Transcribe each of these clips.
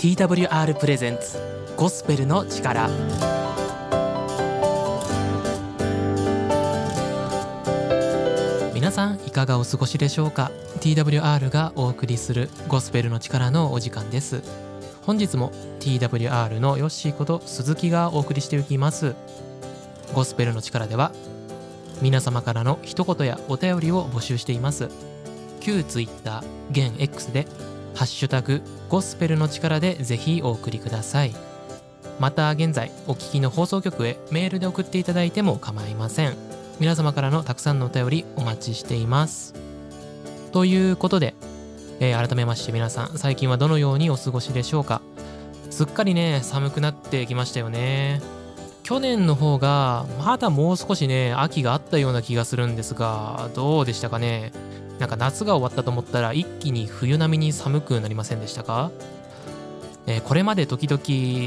TWR プレゼンツゴスペルの力。皆さんいかがお過ごしでしょうか。 TWR がお送りするゴスペルの力のお時間です。本日も TWR のヨッシーこと鈴木がお送りしていきます。ゴスペルの力では皆様からの一言やお便りを募集しています。旧 Twitter 現 X でハッシュタグゴスペルの力でぜひお送りください。また現在お聞きの放送局へメールで送っていただいても構いません。皆様からのたくさんのお便りお待ちしています。ということで、改めまして皆さん最近はどのようにお過ごしでしょうか。すっかりね寒くなってきましたよね。去年の方がまだもう少しね秋があったような気がするんですが、どうでしたかね。なんか夏が終わったと思ったら一気に冬並みに寒くなりませんでしたか。これまで時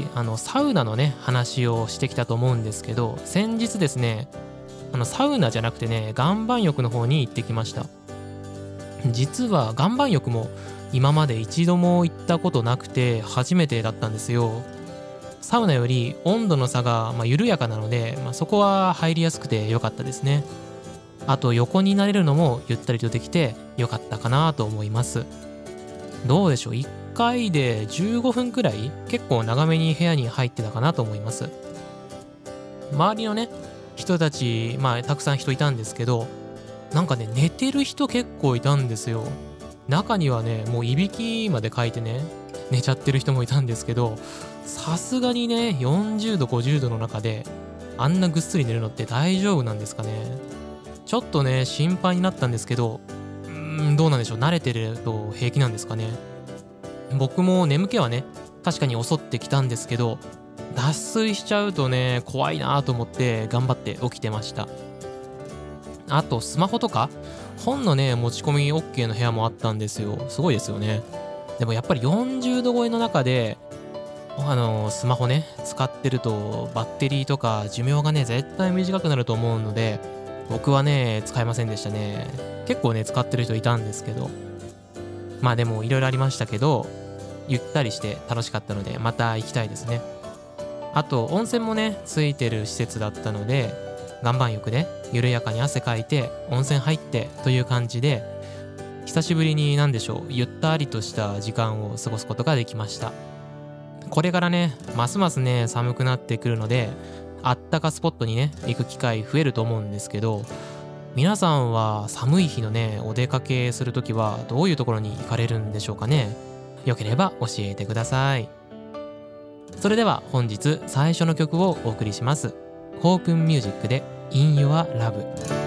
々サウナのね話をしてきたと思うんですけど、先日ですねサウナじゃなくてね岩盤浴の方に行ってきました。実は岩盤浴も今まで一度も行ったことなくて初めてだったんですよ。サウナより温度の差が緩やかなので、そこは入りやすくて良かったですね。あと横になれるのもゆったりとできて良かったかなと思います。どうでしょう、1回で15分くらい結構長めに部屋に入ってたかなと思います。周りのね人たちたくさん人いたんですけど、なんかね寝てる人結構いたんですよ。中にはねもういびきまでかいてね寝ちゃってる人もいたんですけど、さすがにね40度50度の中であんなぐっすり寝るのって大丈夫なんですかね。ちょっとね心配になったんですけど、どうなんでしょう、慣れてると平気なんですかね。僕も眠気はね確かに襲ってきたんですけど、脱水しちゃうとね怖いなと思って頑張って起きてました。あとスマホとか本のね持ち込み OK の部屋もあったんですよ。すごいですよね。でもやっぱり40度超えの中でスマホね使ってるとバッテリーとか寿命がね絶対短くなると思うので、僕はね使えませんでしたね。結構ね使ってる人いたんですけど、でもいろいろありましたけどゆったりして楽しかったのでまた行きたいですね。あと温泉もねついてる施設だったので、岩盤浴で緩やかに汗かいて温泉入ってという感じで、久しぶりにゆったりとした時間を過ごすことができました。これからねますますね寒くなってくるので、あったかスポットにね行く機会増えると思うんですけど、皆さんは寒い日のねお出かけするときはどういうところに行かれるんでしょうかね。よければ教えてください。それでは本日最初の曲をお送りします。ホープンミュージックで In Your Love。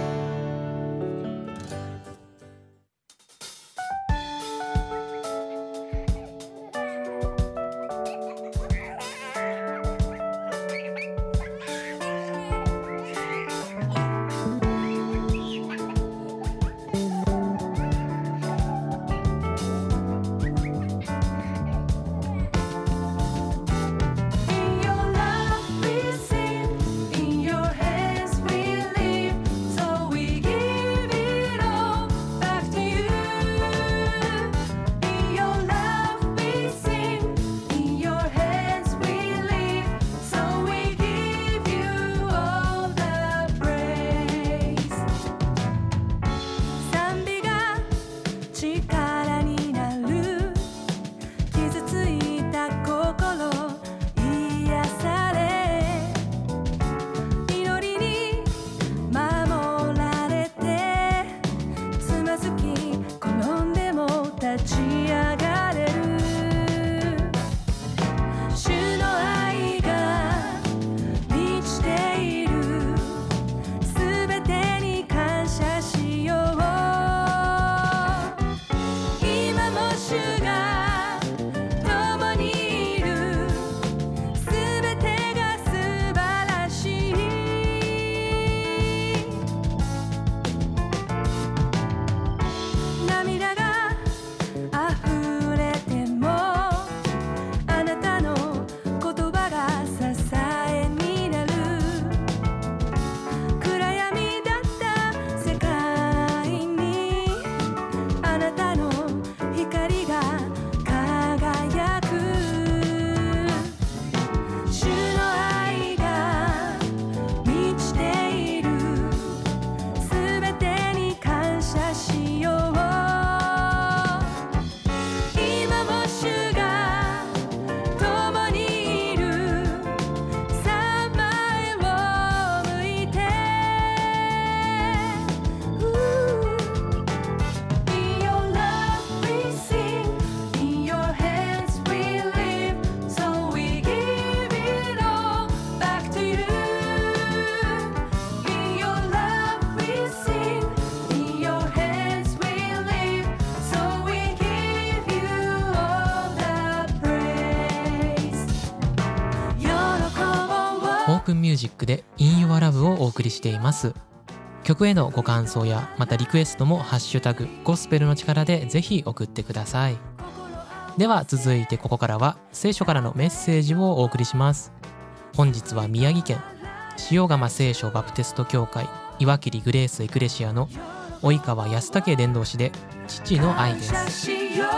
涙が溢 Amazon Music で In Your Love をお送りしています。曲へのご感想やまたリクエストもハッシュタグゴスペルの力でぜひ送ってください。では続いてここからは聖書からのメッセージをお送りします。本日は宮城県塩釜聖書バプテスト教会岩切グレースエクレシアの及川康武伝道師で父の愛です。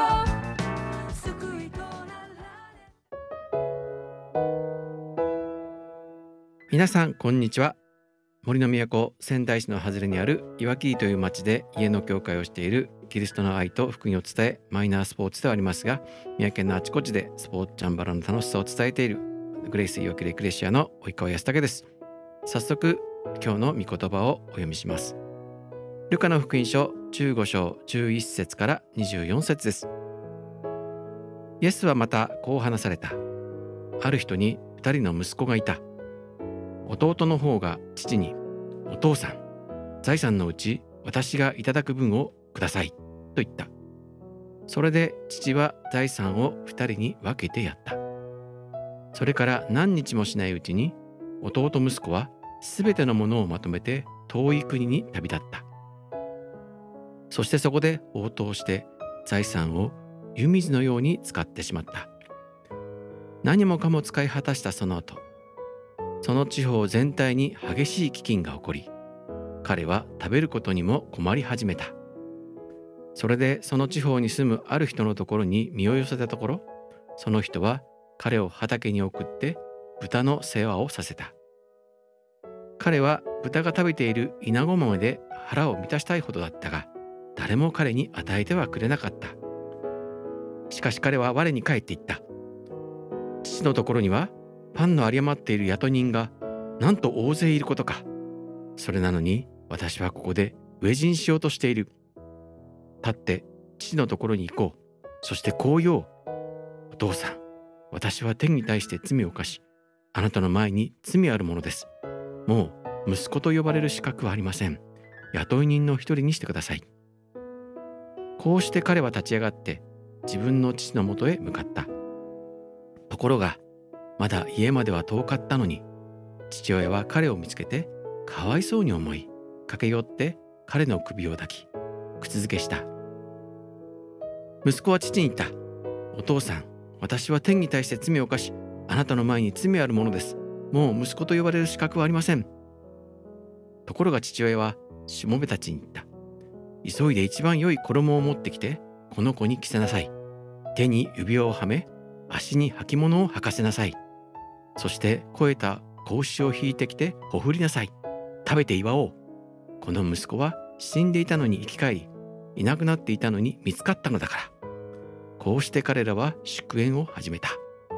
皆さんこんにちは。森の都仙台市の外れにある岩切という町で家の教会をしているキリストの愛と福音を伝えマイナースポーツではありますが、宮城県のあちこちでスポーツチャンバラの楽しさを伝えているグレイス岩切エクレシアの及川康武です。早速今日の御言葉をお読みします。ルカの福音書15章11節から24節です。イエスはまたこう話された。ある人に2人の息子がいた。弟の方が父に、お父さん、財産のうち私がいただく分をくださいと言った。それで父は財産を2人に分けてやった。それから何日もしないうちに弟息子はすべてのものをまとめて遠い国に旅立った。そしてそこで放蕩して財産を湯水のように使ってしまった。何もかも使い果たしたその後、その地方全体に激しい飢饉が起こり、彼は食べることにも困り始めた。それでその地方に住むある人のところに身を寄せたところ、その人は彼を畑に送って豚の世話をさせた。彼は豚が食べているイナゴ豆で腹を満たしたいほどだったが、誰も彼に与えてはくれなかった。しかし彼は我に帰っていった。父のところにはパンの有り余っている雇人がなんと大勢いることか。それなのに私はここで飢え死にしようとしている。立って父のところに行こう。そしてこう言おう。お父さん、私は天に対して罪を犯し、あなたの前に罪あるものです。もう息子と呼ばれる資格はありません。雇い人の一人にしてください。こうして彼は立ち上がって自分の父のもとへ向かった。ところがまだ家までは遠かったのに、父親は彼を見つけてかわいそうに思い、駆け寄って彼の首を抱き、口づけした。息子は父に言った。お父さん、私は天に対して罪を犯し、あなたの前に罪あるものです。もう息子と呼ばれる資格はありません。ところが父親はしもべたちに言った。急いで一番良い衣を持ってきて、この子に着せなさい。手に指輪をはめ、足に履物を履かせなさい。そして肥えた子牛を引いてきてほふりなさい。食べて祝おう。この息子は死んでいたのに生き返り、いなくなっていたのに見つかったのだから。こうして彼らは祝宴を始めた。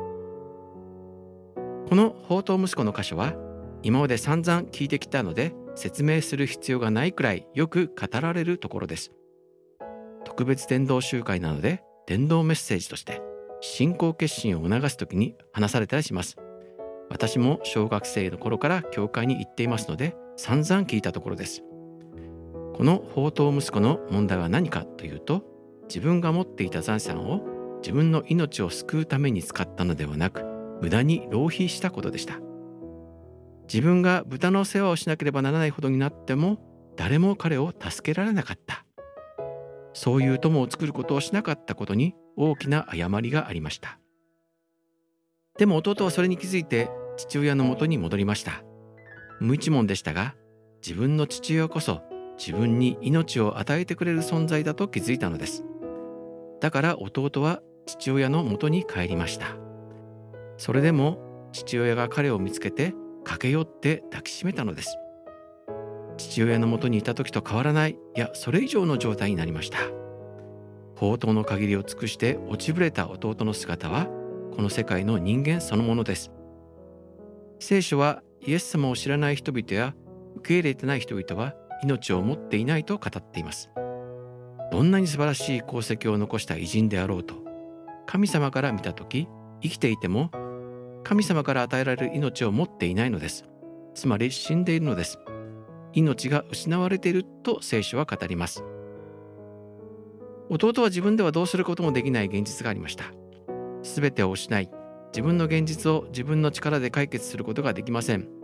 この放蕩息子の箇所は今まで散々聞いてきたので説明する必要がないくらいよく語られるところです。特別伝道集会なので伝道メッセージとして信仰決心を促すときに話されたりします。私も小学生の頃から教会に行っていますので散々聞いたところです。この放蕩息子の問題は何かというと、自分が持っていた財産を自分の命を救うために使ったのではなく、無駄に浪費したことでした。自分が豚の世話をしなければならないほどになっても誰も彼を助けられなかった。そういう友を作ることをしなかったことに大きな誤りがありました。でも弟はそれに気づいて父親のもとに戻りました。無一文でしたが、自分の父親こそ自分に命を与えてくれる存在だと気づいたのです。だから弟は父親のもとに帰りました。それでも父親が彼を見つけて駆け寄って抱きしめたのです。父親のもとにいた時と変わらない、いやそれ以上の状態になりました。放蕩の限りを尽くして落ちぶれた弟の姿はこの世界の人間そのものです。聖書はイエス様を知らない人々や受け入れてない人々は命を持っていないと語っています。どんなに素晴らしい功績を残した偉人であろうと、神様から見たとき生きていても神様から与えられる命を持っていないのです。つまり死んでいるのです。命が失われていると聖書は語ります。弟は自分ではどうすることもできない現実がありました。すべてを失い、自分の現実を自分の力で解決することができません。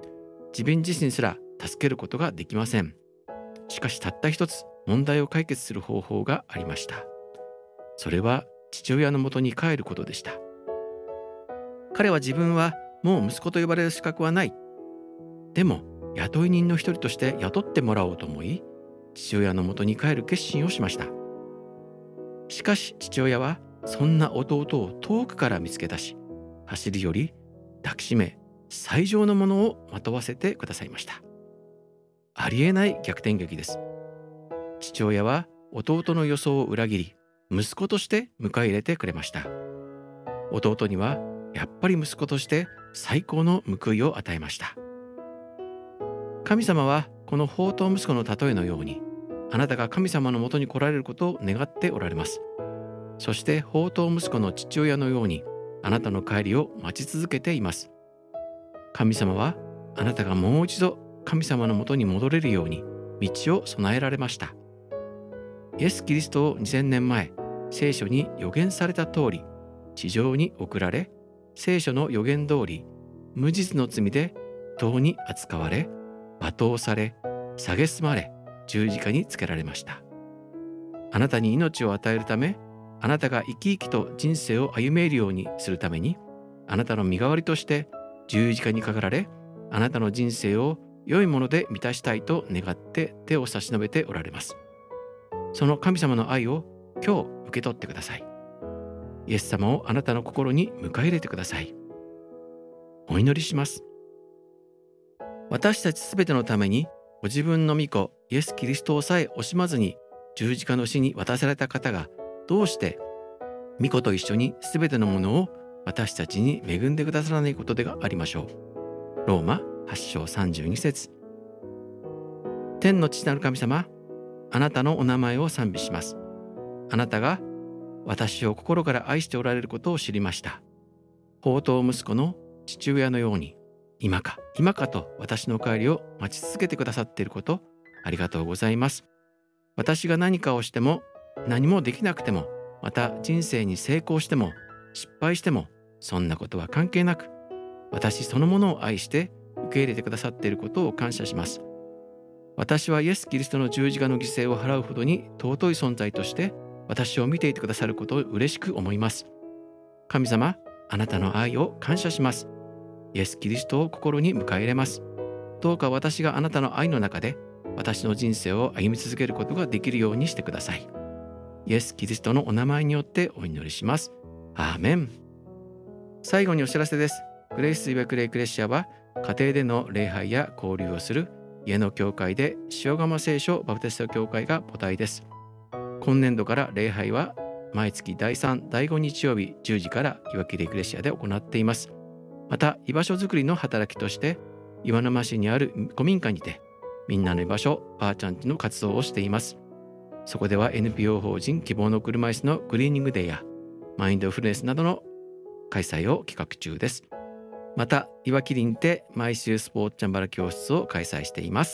自分自身すら助けることができません。しかしたった一つ問題を解決する方法がありました。それは父親のもとに帰ることでした。彼は自分はもう息子と呼ばれる資格はない。でも雇い人の一人として雇ってもらおうと思い、父親のもとに帰る決心をしました。しかし父親はそんな弟を遠くから見つけ出し、走り寄り抱きしめ最上のものをまとわせてくださいました。ありえない逆転劇です。父親は弟の予想を裏切り、息子として迎え入れてくれました。弟にはやっぱり息子として最高の報いを与えました。神様はこの放蕩息子の例えのように、あなたが神様のもとに来られることを願っておられます。そして放蕩息子の父親のように、あなたの帰りを待ち続けています。神様はあなたがもう一度神様のもとに戻れるように道を備えられました。イエス・キリストを2000年前、聖書に予言された通り、地上に送られ、聖書の予言通り、無実の罪でtộiに扱われ、罵倒され、蔑まれ、十字架につけられました。あなたに命を与えるため、あなたが生き生きと人生を歩めるようにするために、あなたの身代わりとして十字架にかかられ、あなたの人生を良いもので満たしたいと願って手を差し伸べておられます。その神様の愛を今日受け取ってください。イエス様をあなたの心に迎え入れてください。お祈りします。私たちすべてのためにご自分の御子イエス・キリストをさえ惜しまずに十字架の死に渡された方が、どうして御子と一緒にすべてのものを私たちに恵んでくださらないことでがありましょう。ローマ8章32節。天の父なる神様、あなたのお名前を賛美します。あなたが私を心から愛しておられることを知りました。放蕩息子の父親のように、今かと私の帰りを待ち続けてくださっていること、ありがとうございます。私が何かをしても何もできなくても、また人生に成功しても失敗しても、そんなことは関係なく、私そのものを愛して受け入れてくださっていることを感謝します。私はイエス・キリストの十字架の犠牲を払うほどに尊い存在として私を見ていてくださることを嬉しく思います。神様、あなたの愛を感謝します。イエス・キリストを心に迎え入れます。どうか私があなたの愛の中で私の人生を歩み続けることができるようにしてください。イエス・キリストのお名前によってお祈りします。アーメン。最後にお知らせです。グレイス・イベクレ・エクレシアは家庭での礼拝や交流をする家の教会で塩釜聖書バプテスト教会が母体です。今年度から礼拝は毎月第3、第5日曜日10時から岩切エクレシアで行っています。また居場所づくりの働きとして岩沼市にある古民家にてみんなの居場所ばあちゃんちの活動をしています。そこでは NPO 法人希望の車椅子のクリーニングデーやマインドフルネスなどの開催を企画中です。また岩切にて毎週スポーツチャンバラ教室を開催しています。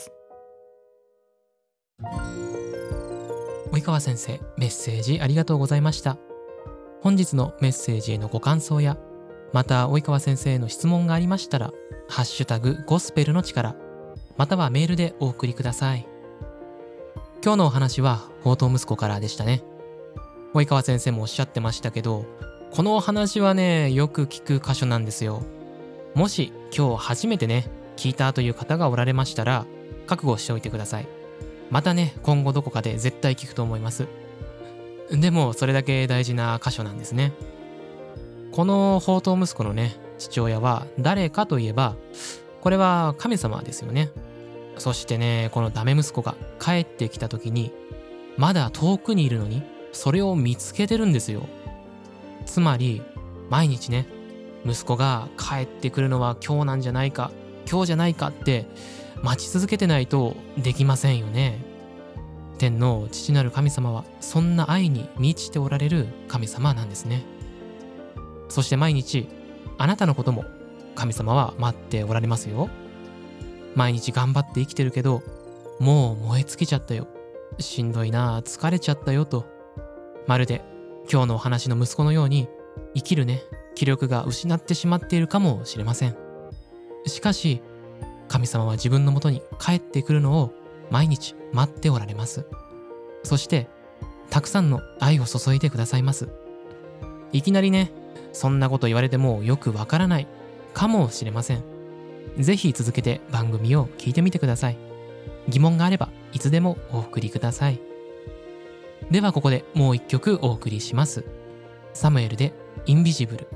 及川先生、メッセージありがとうございました。本日のメッセージへのご感想や、また及川先生への質問がありましたら、ハッシュタグゴスペルの力、またはメールでお送りください。今日のお話は放蕩息子からでしたね。及川先生もおっしゃってましたけど、このお話はね、よく聞く箇所なんですよ。もし今日初めてね、聞いたという方がおられましたら、覚悟しておいてください。またね、今後どこかで絶対聞くと思います。でもそれだけ大事な箇所なんですね。この放蕩息子のね、父親は誰かといえば、これは神様ですよね。そしてね、このダメ息子が帰ってきた時に、まだ遠くにいるのにそれを見つけてるんですよ。つまり毎日ね、息子が帰ってくるのは今日なんじゃないか、今日じゃないかって待ち続けてないとできませんよね。天の父なる神様はそんな愛に満ちておられる神様なんですね。そして毎日あなたのことも神様は待っておられますよ。毎日頑張って生きてるけど、もう燃え尽きちゃったよ、しんどいな、疲れちゃったよと、まるで今日のお話の息子のように生きるね、気力が失ってしまっているかもしれません。しかし神様は自分のもとに帰ってくるのを毎日待っておられます。そしてたくさんの愛を注いでくださいます。いきなりね、そんなこと言われてもよくわからないかもしれません。ぜひ続けて番組を聞いてみてください。疑問があればいつでもお送りください。ではここでもう一曲お送りします。サムエルでインビジブル。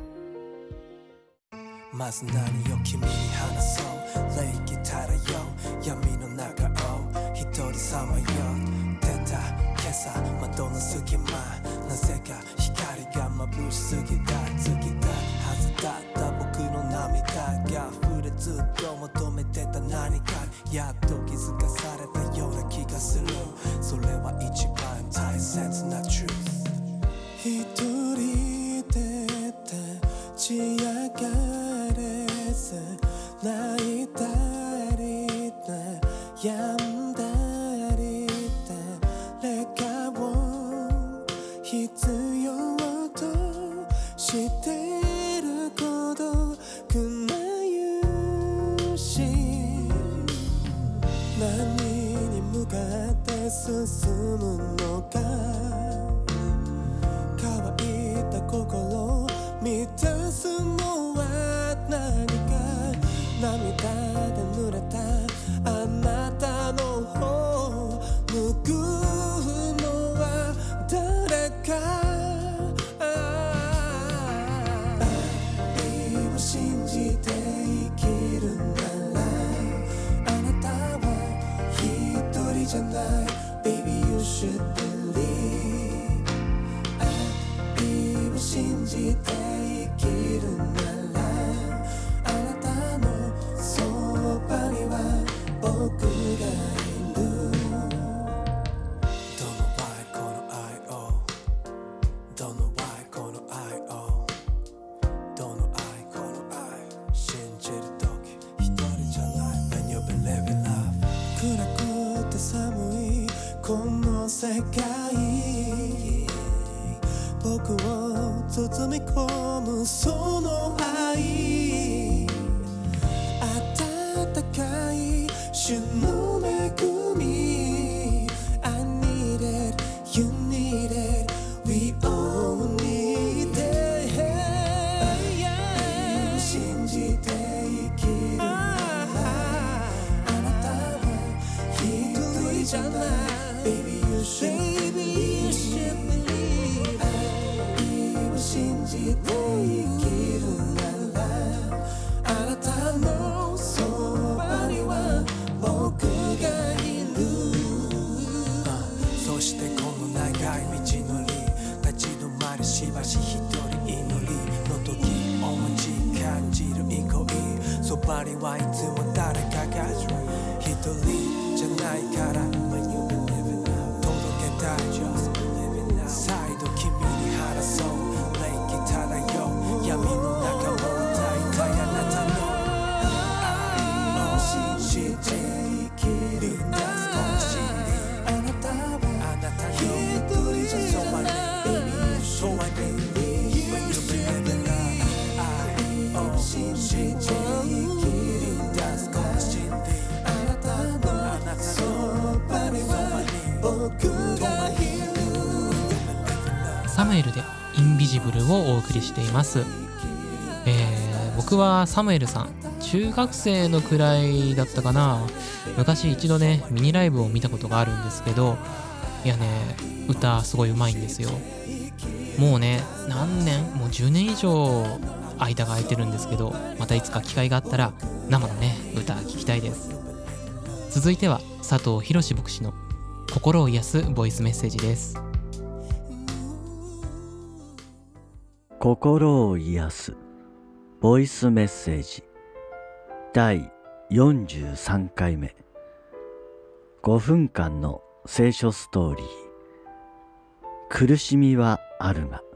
まず何を君に話そう。礼儀たらよ闇の中を一人さまよ出た今朝窓の隙間、なぜか光が眩しすぎた。次だはずだった僕の涙が溢れ、ずっと求めてた何かやっと気づかされたような気がする。それは一番大切な truth。 一人で立ち上がれず泣いたり悩んだり誰かを必要としてる孤独な勇士、何に向かって進むのか、乾いた心満たすのは何か、涙で濡れたあなたの方拭うのは誰か。愛を信じて生きるならあなたは一人じゃない Baby you should believe。 愛を信じて生きるならあなたのそばには僕がいる。 Don't know why この愛を Don't know why この愛を Don't know why この愛信じる時一人じゃない When you believe in love。 暗くて寒いこの世界、僕を包み込むその愛、温かい主の恵み I need it, you need it, we all need it。 愛を信じて生きるならあなたは一人じゃない Baby you should believe。 愛を信じて生きるならあなたのそばには僕がいる。そしてこの長い道のり立ち止まるしばし一人祈りの時お待ち感じる憩い、そばにはいつも誰かが一人じゃないから届けたい。再度君に話そう礼儀たらよ闇の中を歌いたいあなたの愛を信じて生きるんだ少しあなたは一人じゃそばに Baby you should believe When you believe in love。 愛を信じて生きるんだ少しあなたのそばには僕がいる。 サムエルでインビジブルをお送りしています。僕はサムエルさん中学生のくらいだったかな、昔一度ねミニライブを見たことがあるんですけど、いやね歌すごい上手いんですよ。もうね何年もう10年以上間が空いてるんですけど、またいつか機会があったら生のね歌聴きたいです。続いては佐藤博牧師の心を癒すボイスメッセージです。 心を癒すボイスメッセージ第43回目、5分間の聖書ストーリー。苦しみはあるが、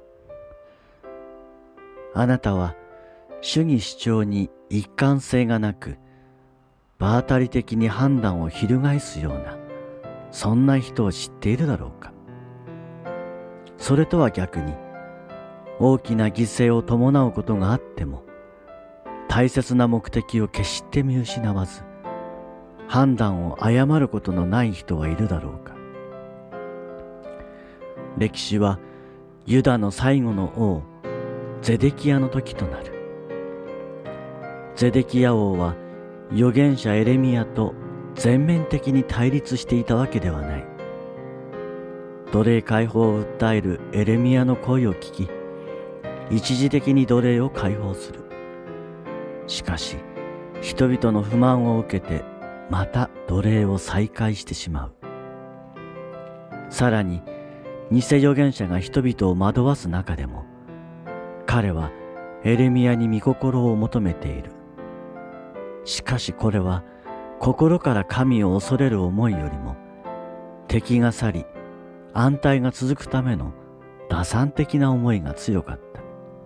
あなたは主義主張に一貫性がなく、場当たり的に判断を翻すような、そんな人を知っているだろうか。それとは逆に、大きな犠牲を伴うことがあっても、大切な目的を決して見失わず、 判断を誤ることのない人はいるだろうか。歴史はユダの最後の王ゼデキヤの時となる。ゼデキヤ王は預言者エレミヤと全面的に対立していたわけではない。奴隷解放を訴えるエレミヤの声を聞き、一時的に奴隷を解放する。しかし人々の不満を受けてまた奴隷を再開してしまう。さらに偽預言者が人々を惑わす中でも、彼はエレミヤに御心を求めている。しかしこれは心から神を恐れる思いよりも、敵が去り安泰が続くための打算的な思いが強かった。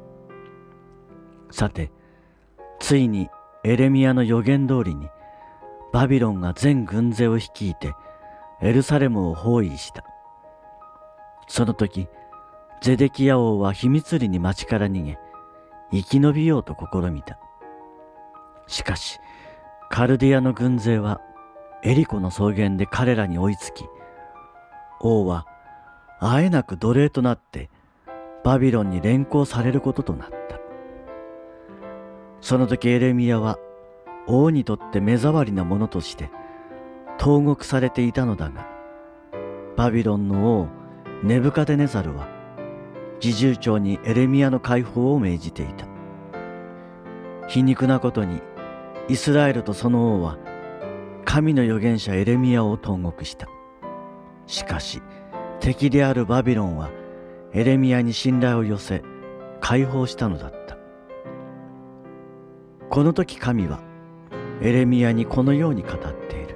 さて、ついにエレミヤの予言通りにバビロンが全軍勢を率いてエルサレムを包囲した。その時ゼデキヤ王は秘密裏に町から逃げ、生き延びようと試みた。しかしカルディアの軍勢はエリコの草原で彼らに追いつき、王はあえなく奴隷となってバビロンに連行されることとなった。その時エレミヤは王にとって目障りなものとして投獄されていたのだが、バビロンの王ネブカデネザルは侍従長にエレミヤの解放を命じていた。皮肉なことにイスラエルとその王は神の預言者エレミヤを投獄した。しかし敵であるバビロンはエレミヤに信頼を寄せ解放したのだった。この時神はエレミヤにこのように語っている。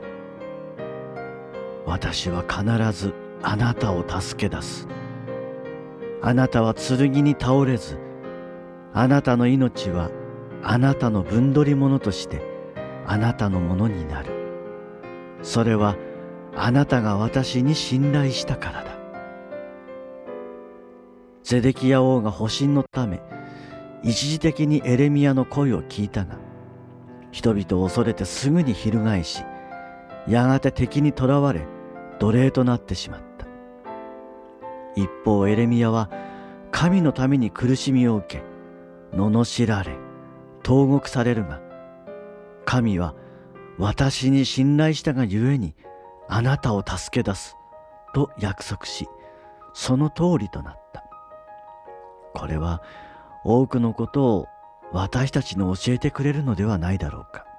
私は必ずあなたを助け出す。あなたは剣に倒れず、あなたの命はあなたの分取り物としてあなたのものになる。それはあなたが私に信頼したからだ。ゼデキヤ王が保身のため一時的にエレミヤの声を聞いたが、人々を恐れてすぐに翻し、やがて敵に捕らわれ奴隷となってしまった。一方エレミヤは神のために苦しみを受け、罵られ投獄されるが、神は私に信頼したがゆえにあなたを助け出すと約束し、その通りとなった。これは多くのことを私たちに教えてくれるのではないだろうか。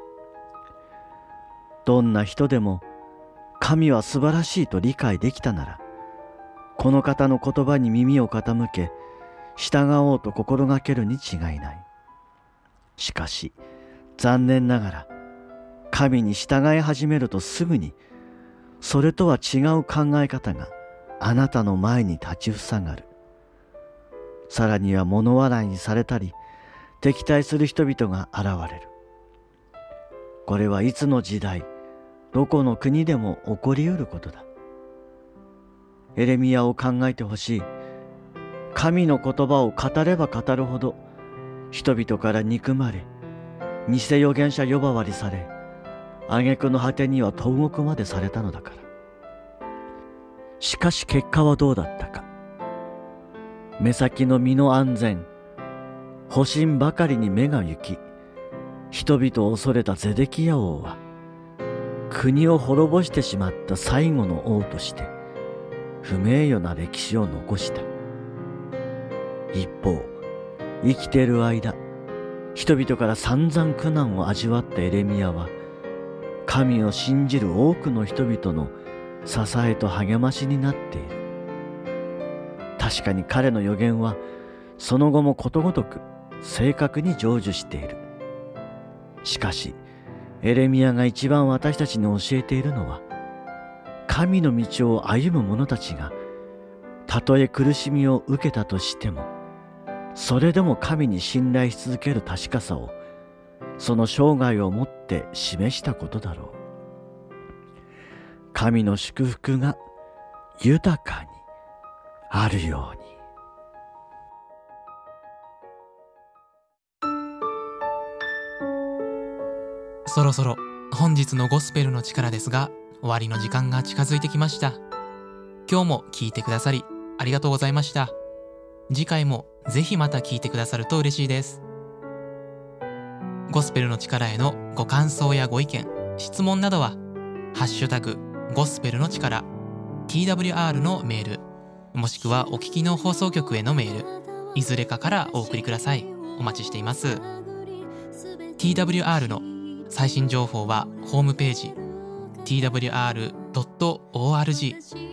どんな人でも神は素晴らしいと理解できたなら、この方の言葉に耳を傾け従おうと心がけるに違いない。しかし残念ながら神に従い始めるとすぐにそれとは違う考え方があなたの前に立ちふさがる。さらには物笑いにされたり敵対する人々が現れる。これはいつの時代どこの国でも起こりうることだ。エレミヤを考えてほしい。神の言葉を語れば語るほど人々から憎まれ、偽預言者呼ばわりされ、挙句の果てには投獄までされたのだから。しかし結果はどうだったか。目先の身の安全、保身ばかりに目が行き、人々を恐れたゼデキヤ王は国を滅ぼしてしまった最後の王として不名誉な歴史を残した。一方、生きている間、人々から散々苦難を味わったエレミヤは、神を信じる多くの人々の支えと励ましになっている。確かに彼の預言はその後もことごとく正確に成就している。しかしエレミヤが一番私たちに教えているのは、神の道を歩む者たちがたとえ苦しみを受けたとしても、それでも神に信頼し続ける確かさをその生涯をもって示したことだろう。神の祝福が豊かにあるように。 そろそろ本日のゴスペルの力ですが、終わりの時間が近づいてきました。今日も聞いてくださりありがとうございました。次回もぜひまた聞いてくださると嬉しいです。ゴスペルの力へのご感想やご意見、質問などはハッシュタグゴスペルの力 TWR のメール、もしくはお聞きの放送局へのメール、いずれかからお送りください。お待ちしています。 TWR の最新情報はホームページ twr.org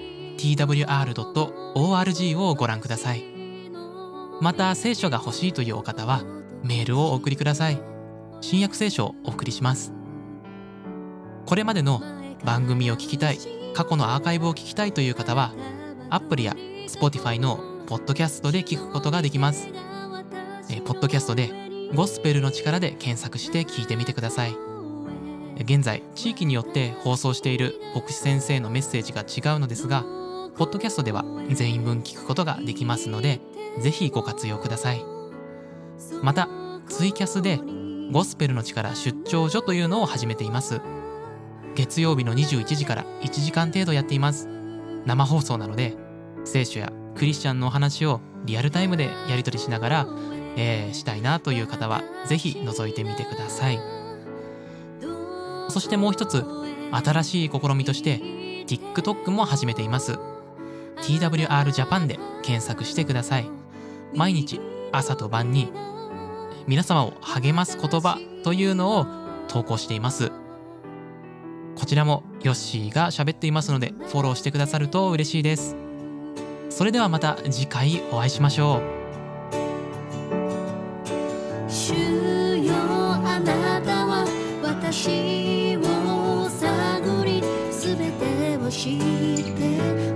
twr.org をご覧ください。また聖書が欲しいというお方はメールをお送りください。新約聖書をお送りします。これまでの番組を聞きたい、過去のアーカイブを聞きたいという方はアップルや Spotify のポッドキャストで聞くことができます。ポッドキャストでゴスペルの力で検索して聞いてみてください。現在地域によって放送している牧師先生のメッセージが違うのですが、ポッドキャストでは全員分聞くことができますので、ぜひご活用ください。またツイキャスでゴスペルの力出張所というのを始めています。月曜日の21時から1時間程度やっています。生放送なので聖書やクリスチャンのお話をリアルタイムでやり取りしながら、したいなという方はぜひ覗いてみてください。そしてもう一つ新しい試みとして TikTok も始めています。 TWR ジャパンで検索してください。毎日朝と晩に皆様を励ます言葉というのを投稿しています。こちらもヨッシーが喋っていますのでフォローしてくださると嬉しいです。それではまた次回お会いしましょう。 主よ、あなたは私を探り、すべてを知って